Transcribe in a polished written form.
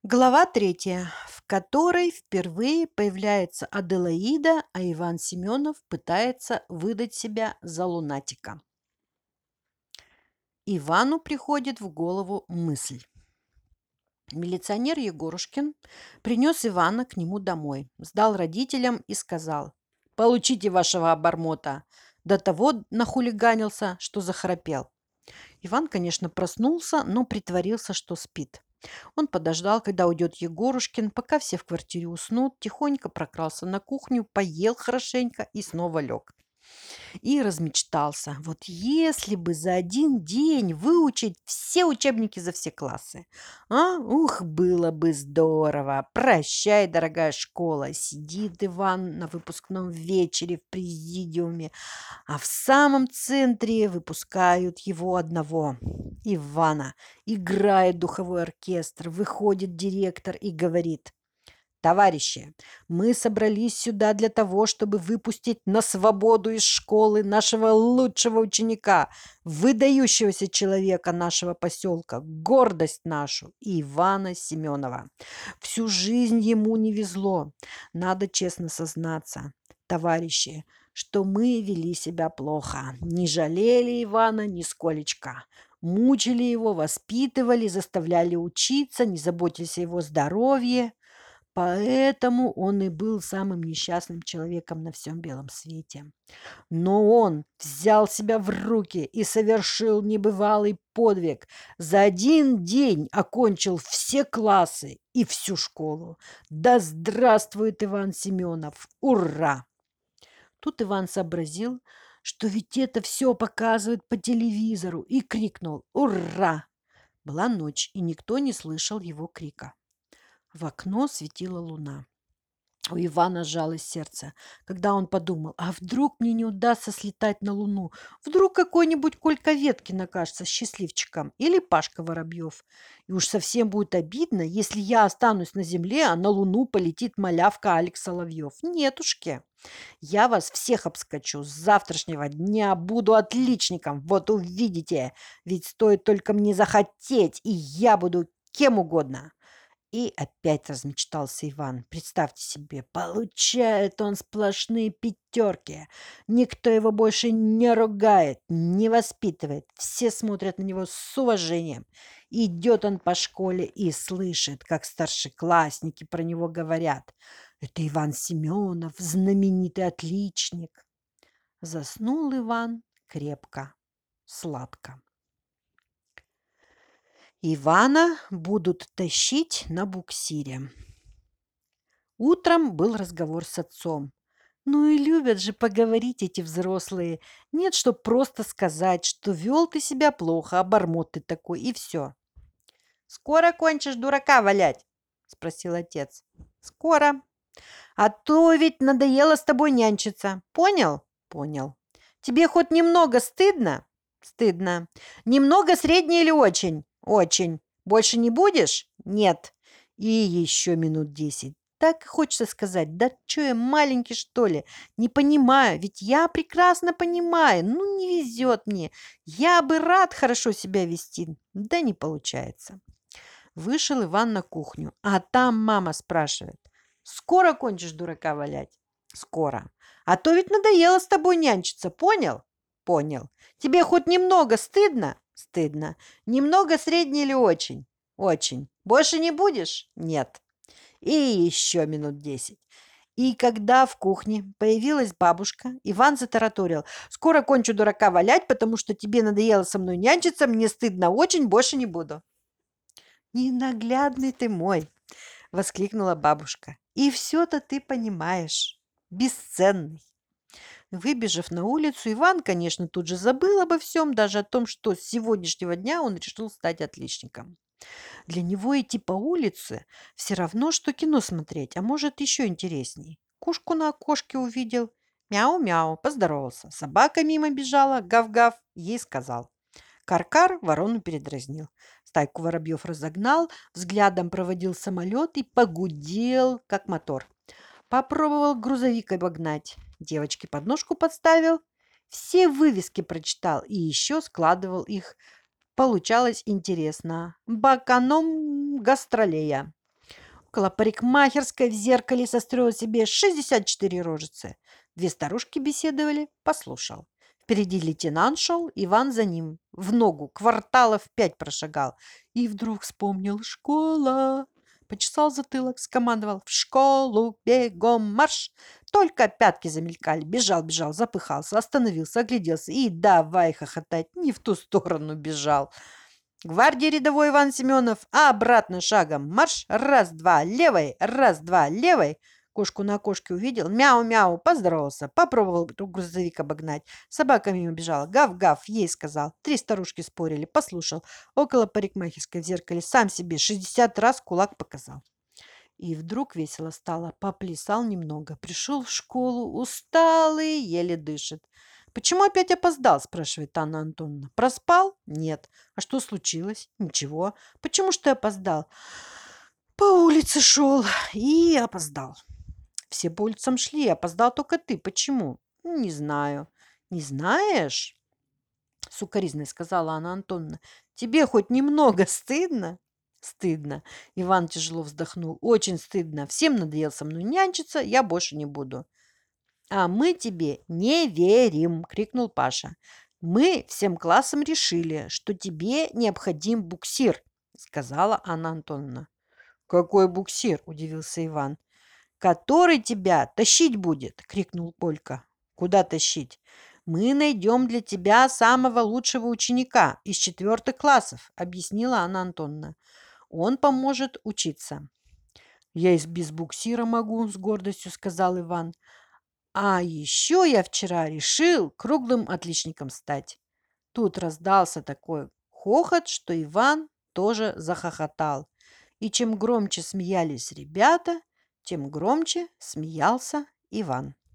Глава третья, в которой впервые появляется Аделаида, а Иван Семенов пытается выдать себя за лунатика. Ивану приходит в голову мысль. Милиционер Егорушкин принес Ивана к нему домой, сдал родителям и сказал: «Получите вашего обормота». До того нахулиганился, что захрапел. Иван, конечно, проснулся, но притворился, что спит. Он подождал, когда уйдет Егорушкин, пока все в квартире уснут, тихонько прокрался на кухню, поел хорошенько и снова лег. И размечтался. Вот если бы за один день выучить все учебники за все классы. А? Ух, было бы здорово. Прощай, дорогая школа. Сидит Иван на выпускном вечере в президиуме, а в самом центре выпускают его одного, Ивана. Играет духовой оркестр, выходит директор и говорит: «Товарищи, мы собрались сюда для того, чтобы выпустить на свободу из школы нашего лучшего ученика, выдающегося человека нашего поселка, гордость нашу, Ивана Семенова. Всю жизнь ему не везло. Надо честно сознаться, товарищи, что мы вели себя плохо, не жалели Ивана нисколечко». Мучили его, воспитывали, заставляли учиться, не заботились о его здоровье. Поэтому он и был самым несчастным человеком на всем белом свете. Но он взял себя в руки и совершил небывалый подвиг. За один день окончил все классы и всю школу. Да здравствует Иван Семенов! Ура! Тут Иван сообразил, что ведь это все показывают по телевизору, и крикнул «Ура!». Была ночь, и никто не слышал его крика. В окно светила луна. У Ивана сжалось сердце, когда он подумал: а вдруг мне не удастся слетать на Луну? Вдруг какой-нибудь Колька Веткин окажется счастливчиком или Пашка Воробьев? И уж совсем будет обидно, если я останусь на Земле, а на Луну полетит малявка Алекс Соловьев. Нетушки, я вас всех обскочу. С завтрашнего дня буду отличником. Вот увидите. Ведь стоит только мне захотеть, и я буду кем угодно. И опять размечтался Иван. Представьте себе, получает он сплошные пятерки. Никто его больше не ругает, не воспитывает. Все смотрят на него с уважением. Идет он по школе и слышит, как старшеклассники про него говорят: «Это Иван Семенов, знаменитый отличник». Заснул Иван крепко, сладко. Ивана будут тащить на буксире. Утром был разговор с отцом. Ну и любят же поговорить эти взрослые. Нет, чтоб просто сказать, что вел ты себя плохо, обормот ты такой, и все. «Скоро кончишь дурака валять?» – спросил отец. «Скоро. А то ведь надоело с тобой нянчиться. Понял?» «Понял. Тебе хоть немного стыдно?» «Стыдно. Немного, средне или очень?» «Очень. Больше не будешь?» «Нет». И еще минут 10. Так и хочется сказать: да чё я маленький, что ли? Не понимаю, ведь я прекрасно понимаю. Ну, не везет мне. Я бы рад хорошо себя вести, да не получается. Вышел Иван на кухню, а там мама спрашивает: «Скоро кончишь дурака валять?» «Скоро. А то ведь надоело с тобой нянчиться, понял?» «Понял. Тебе хоть немного стыдно?» «Стыдно. Немного, средне или очень?» «Очень. Больше не будешь?» «Нет». И еще минут 10. И когда в кухне появилась бабушка, Иван затараторил: «Скоро кончу дурака валять, потому что тебе надоело со мной нянчиться, мне стыдно очень, больше не буду». «Ненаглядный ты мой!» — воскликнула бабушка. «И все-то ты понимаешь. Бесценный». Выбежав на улицу, Иван, конечно, тут же забыл обо всем, даже о том, что с сегодняшнего дня он решил стать отличником. Для него идти по улице все равно, что кино смотреть, а может, еще интересней. Кошку на окошке увидел. Мяу-мяу, поздоровался. Собака мимо бежала, гав-гав, ей сказал. Каркар ворону передразнил. Стайку воробьев разогнал, взглядом проводил самолет и погудел, как мотор. Попробовал грузовик обогнать. Девочке подножку подставил. Все вывески прочитал и еще складывал их. Получалось интересно. Баканом гастролея. Около парикмахерской в зеркале состроил себе 64 рожицы. Две старушки беседовали, послушал. Впереди лейтенант шел, Иван за ним. В ногу, кварталов 5 прошагал. И вдруг вспомнил: школа. Почесал затылок, скомандовал: в школу, бегом марш! Только пятки замелькали. Бежал, бежал, запыхался, остановился, огляделся и давай хохотать. Не в ту сторону бежал. Гвардии рядовой Иван Семенов, а обратно шагом марш, раз-два левой, раз-два левой. Кошку на окошке увидел, мяу-мяу, поздоровался, попробовал грузовик обогнать. Собака мимо бежала, гав-гав, ей сказал. Три старушки спорили, послушал. Около парикмахерской в зеркале сам себе 60 раз кулак показал. И вдруг весело стало, поплясал немного, пришел в школу, усталый, еле дышит. «Почему опять опоздал?» – спрашивает Анна Антоновна. «Проспал?» «Нет». «А что случилось?» «Ничего». «Почему ж ты опоздал?» «По улице шел и опоздал». «Все по улицам шли, опоздал только ты. Почему?» «Не знаю». «Не знаешь?» – сукоризной сказала Анна Антоновна. «Тебе хоть немного стыдно?» «Стыдно». Иван тяжело вздохнул. «Очень стыдно. Всем надоел со мной нянчиться, я больше не буду». «А мы тебе не верим!» – крикнул Паша. «Мы всем классом решили, что тебе необходим буксир», – сказала Анна Антоновна. «Какой буксир?» – удивился Иван. «Который тебя тащить будет!» – крикнул Полька. «Куда тащить?» «Мы найдем для тебя самого лучшего ученика из 4 классов», – объяснила Анна Антоновна. «Он поможет учиться». «Я и без буксира могу», – с гордостью сказал Иван. «А еще я вчера решил круглым отличником стать». Тут раздался такой хохот, что Иван тоже захохотал. И чем громче смеялись ребята, тем громче смеялся Иван.